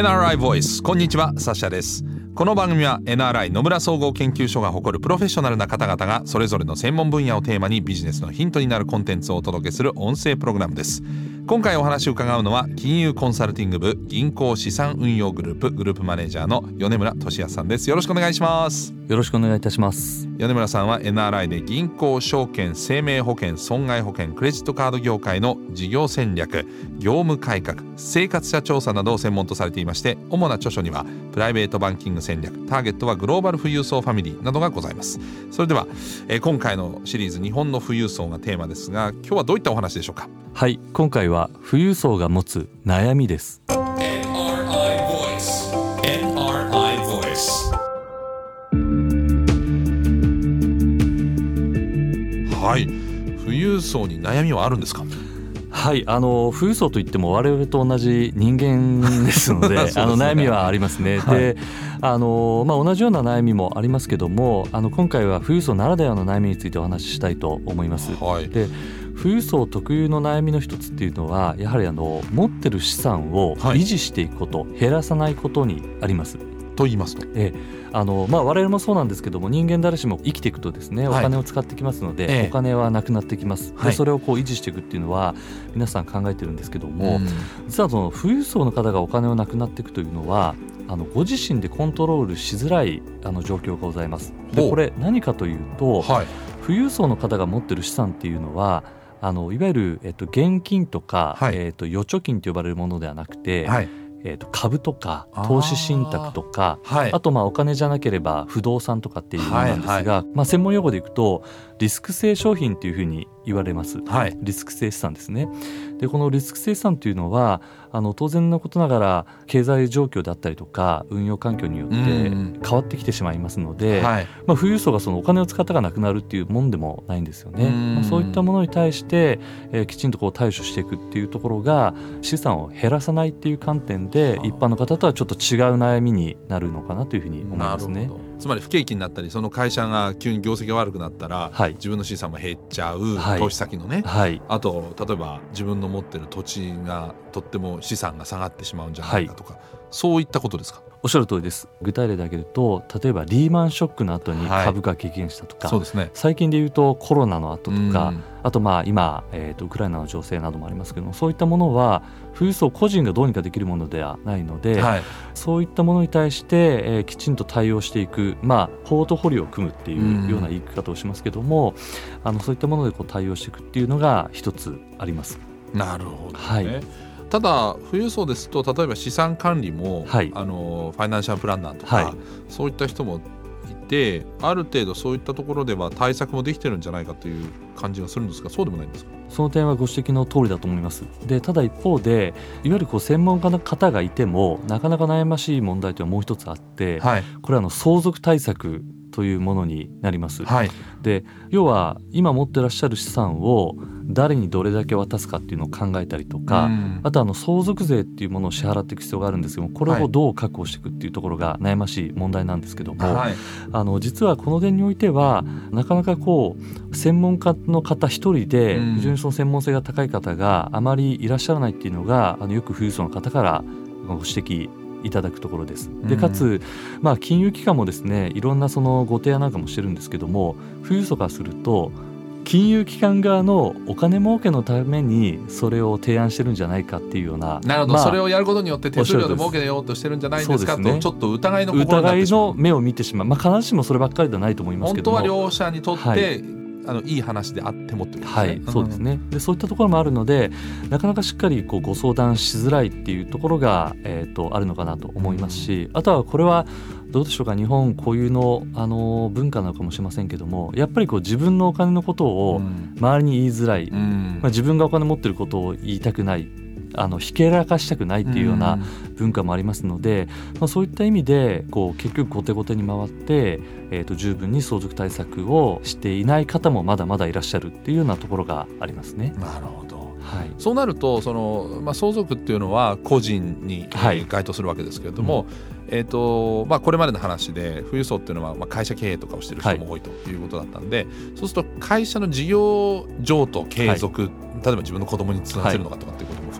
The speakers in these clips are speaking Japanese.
NRI ボイス、こんにちは、サッシャです。この番組は NRI 野村総合研究所が誇るプロフェッショナルな方々がそれぞれの専門分野をテーマにビジネスのヒントになるコンテンツをお届けする音声プログラムです。今回お話を伺うのは金融コンサルティング部銀行資産運用グループマネージャーの米村俊康さんです。よろしくお願いします。 よろしくお願いいたします。 米村さんは NRI で銀行、証券、生命保険、損害保険、クレジットカード業界の事業戦略、業務改革、生活者調査などを専門とされていまして、主な著書にはプライベートバンキング戦略、ターゲットはグローバル富裕層ファミリーなどがございます。それでは、今回のシリーズ日本の富裕層がテーマですが、今日はどういったお話でしょうか。 はい、今回は富裕層が持つ悩みです。 NRI Voice。 はい、富裕層に悩みはあるんですか。 はい、富裕層といっても我々と同じ人間ですので悩みはありますね。はい、で同じような悩みもありますけども、今回は富裕層ならではの悩みについてお話ししたいと思います。はい、で富裕層特有の悩みの一つっていうのは、やはり持ってる資産を維持していくこと、減らさないことにあります。 と言いますと、 我々もそうなんですけども、人間誰しも生きていくとですね、お金を使ってきますので、お金はなくなってきます。でそれを維持していくっていうのは皆さん考えてるんですけども、実はその富裕層の方がお金をなくなっていくというのは、ご自身でコントロールしづらい状況がございます。でこれ何かというと、富裕層の方が持ってる資産っていうのは、いわゆる、現金とか、預貯金と呼ばれるものではなくて、株とか投資信託とか、あとお金じゃなければ不動産とかっていうものなんですが、専門用語でいくとリスク性商品というふうに言われます。リスク性資産ですね。でこのリスク性資産というのは当然のことながら経済状況であったりとか運用環境によって変わってきてしまいますので、富裕層がそのお金を使ったがなくなるっていうもんでもないんですよね。そういったものに対して、きちんと対処していくっていうところが、資産を減らさないっていう観点で一般の方とはちょっと違う悩みになるのかなというふうに思いますね。 つまり不景気になったり、その会社が急に業績が悪くなったら、自分の資産も減っちゃう、投資先のね、あと例えば自分の持ってる土地がとっても資産が下がってしまうんじゃないかとか、そういったことですか。 おっしゃる通りです。具体例で挙げると、例えばリーマンショックの後に株が激減したとか、最近でいうとコロナの後とか、あと今、ウクライナの情勢などもありますけども、そういったものは富裕層個人がどうにかできるものではないので、そういったものに対して、きちんと対応していく、ポートフォリオを組むっていうような言い方をしますけども、そういったもので対応していくっていうのが一つあります。 なるほどね。ただ富裕層ですと、例えば資産管理も、ファイナンシャルプランナーとか、そういった人もいて、ある程度そういったところでは対策もできてるんじゃないかという感じがするんですが、そうでもないんですか。その点はご指摘の通りだと思います。でただ一方で、いわゆる専門家の方がいてもなかなか悩ましい問題というのはもう一つあって、これは相続対策というものになります。で要は今持ってらっしゃる資産を誰にどれだけ渡すかっていうのを考えたりとか、あと相続税っていうものを支払っていく必要があるんですけども、これをどう確保していくっていうところが悩ましい問題なんですけども、実はこの点においてはなかなか専門家の方一人で非常にその専門性が高い方があまりいらっしゃらないっていうのが、よく富裕層の方からご指摘いただくところです。でかつ、金融機関もですね、いろんなそのご提案なんかもしてるんですけども、富裕層からすると金融機関側のお金儲けのためにそれを提案してるんじゃないかっていうような、 なるほど、それをやることによって手数料で儲けようとしてるんじゃないですかと、ちょっと疑いの心になってしまう、 疑いの目を見てしまう。必ずしもそればっかりではないと思いますけども、 本当は両者にとって、いい話であってもということですね。 そうですね。でそういったところもあるので、なかなかしっかりご相談しづらいっていうところが、あるのかなと思いますし、あとはこれはどうでしょうか、日本固有の、文化なのかもしれませんけども、やっぱり自分のお金のことを周りに言いづらい、自分がお金持ってることを言いたくない、ひけらかしたくないっていうような文化もありますので、そういった意味で結局後手後手に回って、十分に相続対策をしていない方もまだまだいらっしゃるっていうようなところがありますね。 なるほど。そうなると相続っていうのは個人に該当するわけですけれども、これまでの話で富裕層っていうのは会社経営とかをしている人も多いということだったんで、そうすると会社の事業譲渡継続、例えば自分の子供に継がせるのかとかっていうことも含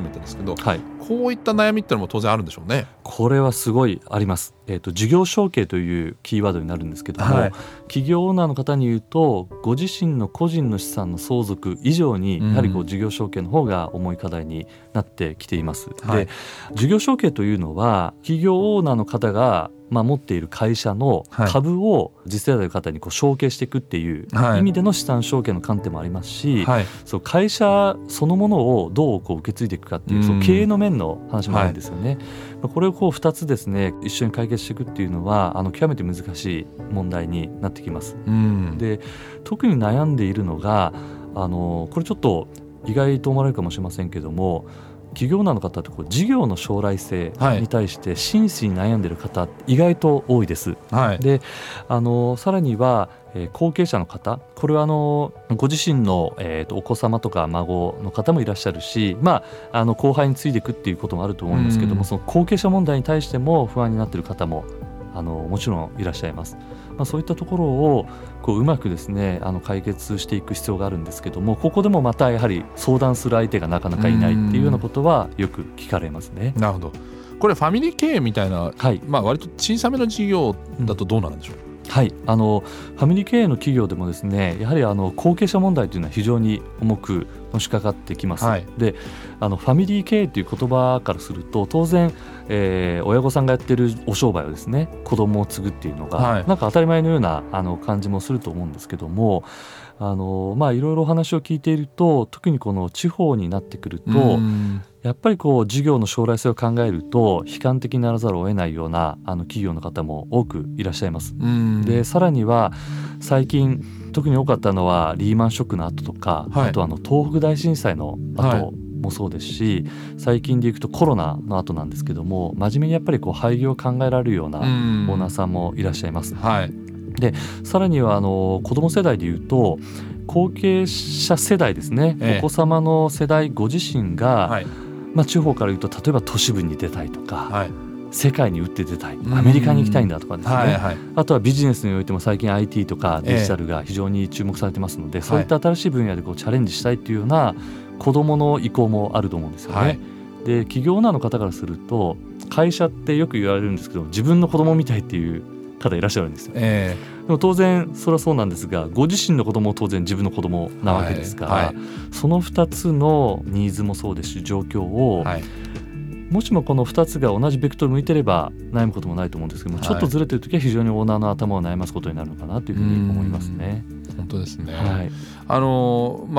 含めてですけど、 はい、 こういった悩みっていうのも当然あるんでしょうね。 これはすごいあります。事業承継というキーワードになるんですけども、 はい、 企業オーナーの方に言うとご自身の個人の資産の相続以上にやはり事業承継の方が重い課題になってきています、 はい、 で事業承継というのは企業オーナーの方が持っている会社の株を次世代の方に承継していくっていう意味での資産承継の観点もありますし、はい、そう会社そのものをどう受け継いでいくかっていう、そう経営の面の話もあるんですよね、はい、これを2つですね一緒に解決していくっていうのは極めて難しい問題になってきます。で特に悩んでいるのがこれちょっと意外と思われるかもしれませんけども、企業オーナーの方って事業の将来性に対して真摯に悩んでいる方意外と多いです、はい、でさらには、後継者の方、これはご自身の、お子様とか孫の方もいらっしゃるし、後輩についていくっていうこともあると思いますけども、その後継者問題に対しても不安になっている方ももちろんいらっしゃいます。そういったところをうまくですね解決していく必要があるんですけども、ここでもまたやはり相談する相手がなかなかいないっていうようなことはよく聞かれますね。 なるほど。これファミリー経営みたいな、はい、割と小さめの事業だとどうなんでしょう。 はい、ファミリー経営の企業でもですねやはり後継者問題というのは非常に重くのしかかってきます、はい、でファミリー経営という言葉からすると当然、親御さんがやってるお商売をですね子供を継ぐっていうのが、はい、なんか当たり前のような感じもすると思うんですけども、いろいろお話を聞いていると特にこの地方になってくるとやっぱり事業の将来性を考えると悲観的にならざるを得ないような企業の方も多くいらっしゃいます。でさらには最近特に多かったのはリーマンショックの後とか、はい、あと東北大震災の後もそうですし、最近でいくとコロナの後なんですけども真面目にやっぱり廃業を考えられるようなオーナーさんもいらっしゃいます。はい、でさらには子ども世代でいうと後継者世代ですね、お子様の世代ご自身が、はい、地方からいうと例えば都市部に出たいとか、はい、世界に打って出たい、アメリカに行きたいんだとかですね、はいはい、あとはビジネスにおいても最近 IT とかデジタルが非常に注目されてますので、そういった新しい分野でチャレンジしたいというような子どもの意向もあると思うんですよね、はい、で企業オーナーの方からすると会社ってよく言われるんですけど自分の子供みたいっていう方いらっしゃるんですよ、でも当然それはそうなんですがご自身の子供も当然自分の子供なわけですから、はいはい、その2つのニーズもそうですし状況を、はい、もしもこの2つが同じベクトル向いてれば悩むこともないと思うんですけども、ちょっとずれてるときは非常にオーナーの頭を悩ますことになるのかなというふうに思いますね。 本当ですね、はい、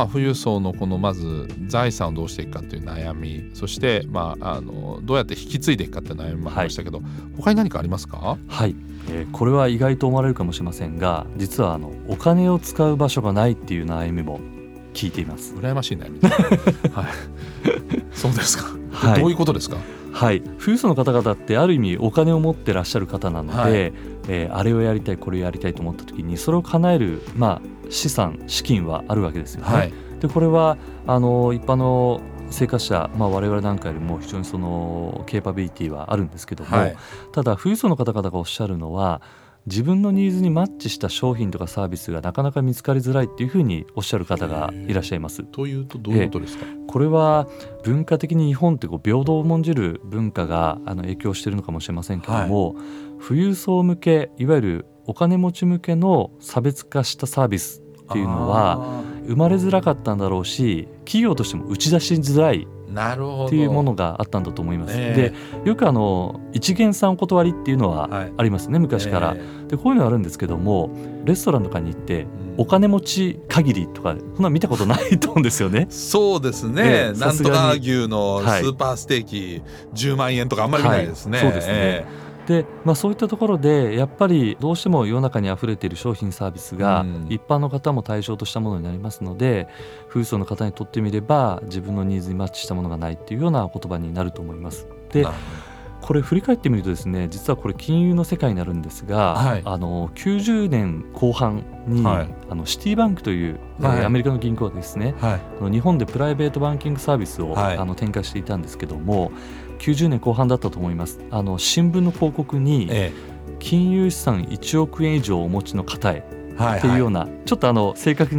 富裕層のこのまず財産をどうしていくかという悩み、そして、どうやって引き継いでいくかという悩みもありましたけど、はい、他に何かありますか？はい、 これは意外と思われるかもしれませんが、実はお金を使う場所がないっていう悩みも聞いています。 羨ましい悩み、はい、そうですか、はい、どういうことですか？ はい、富裕層の方々ってある意味お金を持ってらっしゃる方なので、はい、あれをやりたいこれをやりたいと思った時にそれを叶える、資産資金はあるわけですよね、はい、でこれは一般の生活者、我々なんかよりも非常にそのケーパビリティはあるんですけども、はい、ただ富裕層の方々がおっしゃるのは自分のニーズにマッチした商品とかサービスがなかなか見つかりづらいっていうふうにおっしゃる方がいらっしゃいます。 というとどういうことですか？ これは文化的に日本って平等を重んじる文化が影響しているのかもしれませんけども、はい、富裕層向けいわゆるお金持ち向けの差別化したサービスっていうのは生まれづらかったんだろうし、企業としても打ち出しづらいっていうものがあったんだと思います。でよく一元さんお断りっていうのはありますね、昔から。でこういうのあるんですけども、レストランとかに行ってお金持ち限りとかそんな見たことないと思うんですよね。 そうですね、なんとか牛のスーパーステーキ10万円とかあんまり見ないですね、 そうですね、でそういったところでやっぱりどうしても世の中にあふれている商品サービスが一般の方も対象としたものになりますので、富裕層の方にとってみれば自分のニーズにマッチしたものがないっていうような言葉になると思います。でこれ振り返ってみるとですね、実はこれ金融の世界になるんですが、はい、90年後半に、はい、シティバンクという、アメリカの銀行ですね、はい、日本でプライベートバンキングサービスを、展開していたんですけども、90年後半だったと思います。新聞の広告に、金融資産1億円以上お持ちの方へっていうような、ちょっと正確に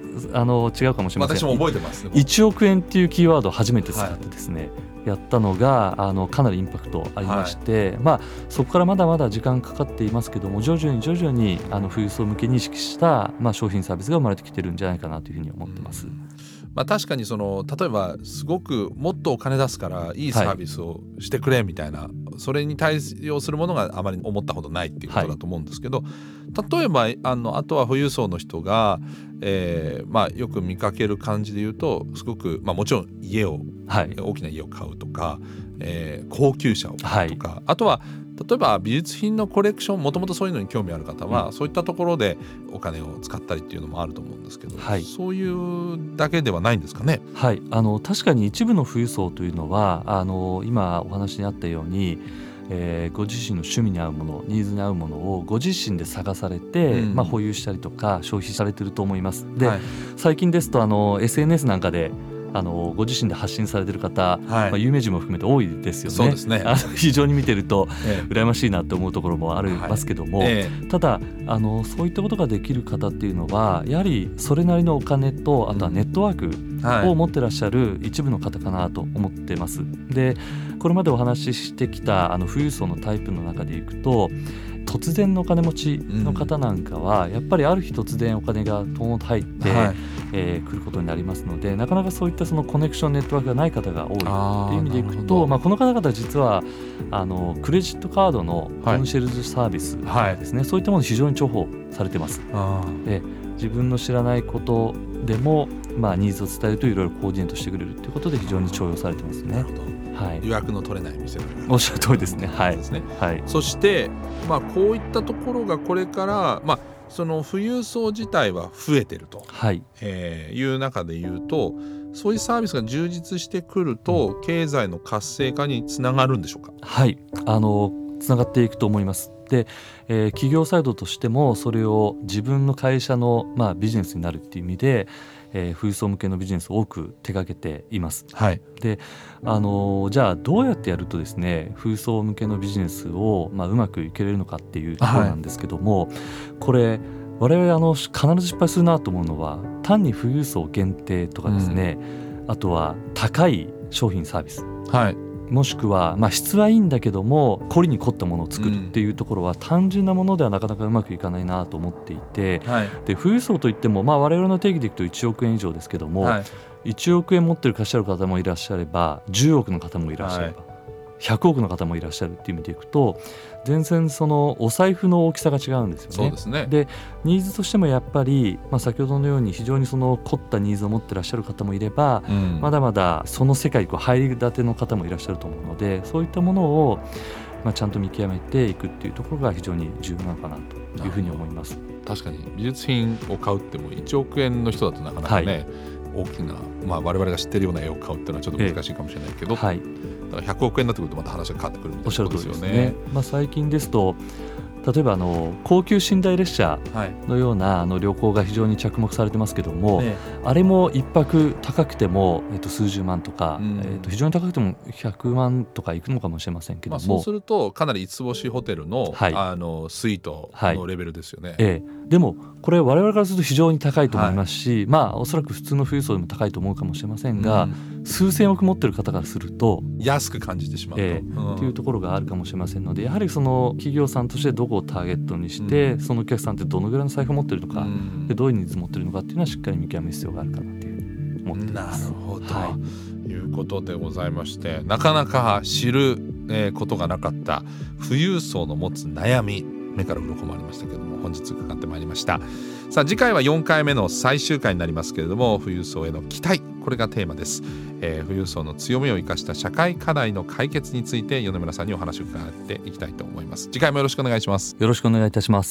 違うかもしれません。 私も覚えてますね。 1億円っていうキーワードを初めて使ってですね、やったのがかなりインパクトありまして、そこからまだまだ時間かかっていますけども、徐々に富裕層向けに意識した、商品サービスが生まれてきてるんじゃないかなというふうに思ってます。 確かに例えばすごくもっとお金出すからいいサービスをしてくれみたいな、それに対応するものがあまり思ったほどないっていうことだと思うんですけど、例えばあとは富裕層の人が、よく見かける感じで言うと、すごく、もちろん大きな家を買うとか、高級車を買うとか、あとは例えば美術品のコレクション、もともとそういうのに興味ある方は、そういったところでお金を使ったりっていうのもあると思うんですけど、そういうだけではないんですかね。 確かに一部の富裕層というのは今お話にあったように、ご自身の趣味に合うもの、ニーズに合うものをご自身で探されて、保有したりとか消費されていると思います。で、最近ですとSNS なんかでご自身で発信されている方、有名人も含めて多いですよね。 そうですね。 非常に見てると羨ましいなと思うところもありますけども、ただそういったことができる方っていうのはやはりそれなりのお金と、あとはネットワークを持ってらっしゃる一部の方かなと思っています。で、これまでお話ししてきた富裕層のタイプの中でいくと、突然のお金持ちの方なんかは、やっぱりある日突然お金がトーンと入って、来ることになりますので、なかなかそういったそのコネクションネットワークがない方が多いという意味でいくと、この方々実はクレジットカードのコンシェルジュサービスですね、そういったものを非常に重宝されています。自分の知らないことでも、ニーズを伝えるといろいろコーディネートしてくれるということで非常に重用されてますね。 予約の取れない店おっしゃる通りですね。 そして、こういったところがこれから、その富裕層自体は増えてると、いう中でいうと、そういうサービスが充実してくると、経済の活性化につながるんでしょうか。 つながっていくと思います。で、企業サイドとしてもそれを自分の会社の、ビジネスになるっていう意味で、富裕層向けのビジネスを多く手掛けています。で、じゃあどうやってやるとですね、富裕層向けのビジネスを、うまくいけれるのかっていうところなんですけども、これ我々必ず失敗するなと思うのは、単に富裕層限定とかですね、あとは高い商品サービス、もしくは、質はいいんだけども凝りに凝ったものを作るっていうところは、単純なものではなかなかうまくいかないなと思っていて、で富裕層といっても、我々の定義でいくと1億円以上ですけども、1億円持ってるらっしゃる方もいらっしゃれば、10億の方もいらっしゃれば、100億の方もいらっしゃるっていう意味でいくと、全然そのお財布の大きさが違うんですよね。 そうですね。 で、ニーズとしてもやっぱり、先ほどのように非常にその凝ったニーズを持ってらっしゃる方もいれば、まだまだその世界に入りたての方もいらっしゃると思うので、そういったものを、ちゃんと見極めていくっていうところが非常に重要なのかなというふうに思います。 確かに美術品を買うっても1億円の人だとなかなかね、大きな、我々が知ってるような絵を買うっていうのはちょっと難しいかもしれないけど、だから100億円になってくるとまた話が変わってくるみたいなことですよね。 最近ですと、例えば高級寝台列車のような旅行が非常に着目されてますけども、あれも一泊高くても、数十万とか、非常に高くても100万とかいくのかもしれませんけども、 そうするとかなり5つ星ホテルの、スイートのレベルですよね。 でもこれ我々からすると非常に高いと思いますし、おそらく普通の富裕層でも高いと思うかもしれませんが、数千億持ってる方からすると安く感じてしまうと、 っていうところがあるかもしれませんので、やはりその企業さんとしてどこをターゲットにして、そのお客さんってどのぐらいの財布を持ってるのか、でどういうニーズを持ってるのかっていうのはしっかり見極める必要があるかなという思っています。 なるほど、いうことでございまして、なかなか知ることがなかった富裕層の持つ悩み、目から鱗もありましたけども、本日伺ってまいりました。さあ次回は4回目の最終回になりますけれども、富裕層への期待、これがテーマです。富裕層の強みを生かした社会課題の解決について米村さんにお話を伺っていきたいと思います。次回もよろしくお願いします。 よろしくお願いいたします。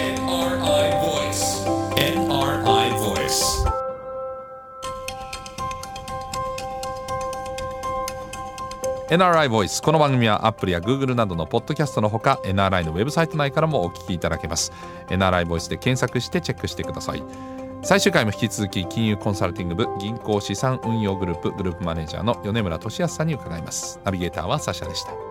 NRI Voice、 この番組はアップルや Google などのポッドキャストのほか NRI のウェブサイト内からもお聞きいただけます。 NRI Voice で検索してチェックしてください。最終回も引き続き金融コンサルティング部銀行資産運用グループマネージャーの米村俊康さんに伺います。ナビゲーターはサシャでした。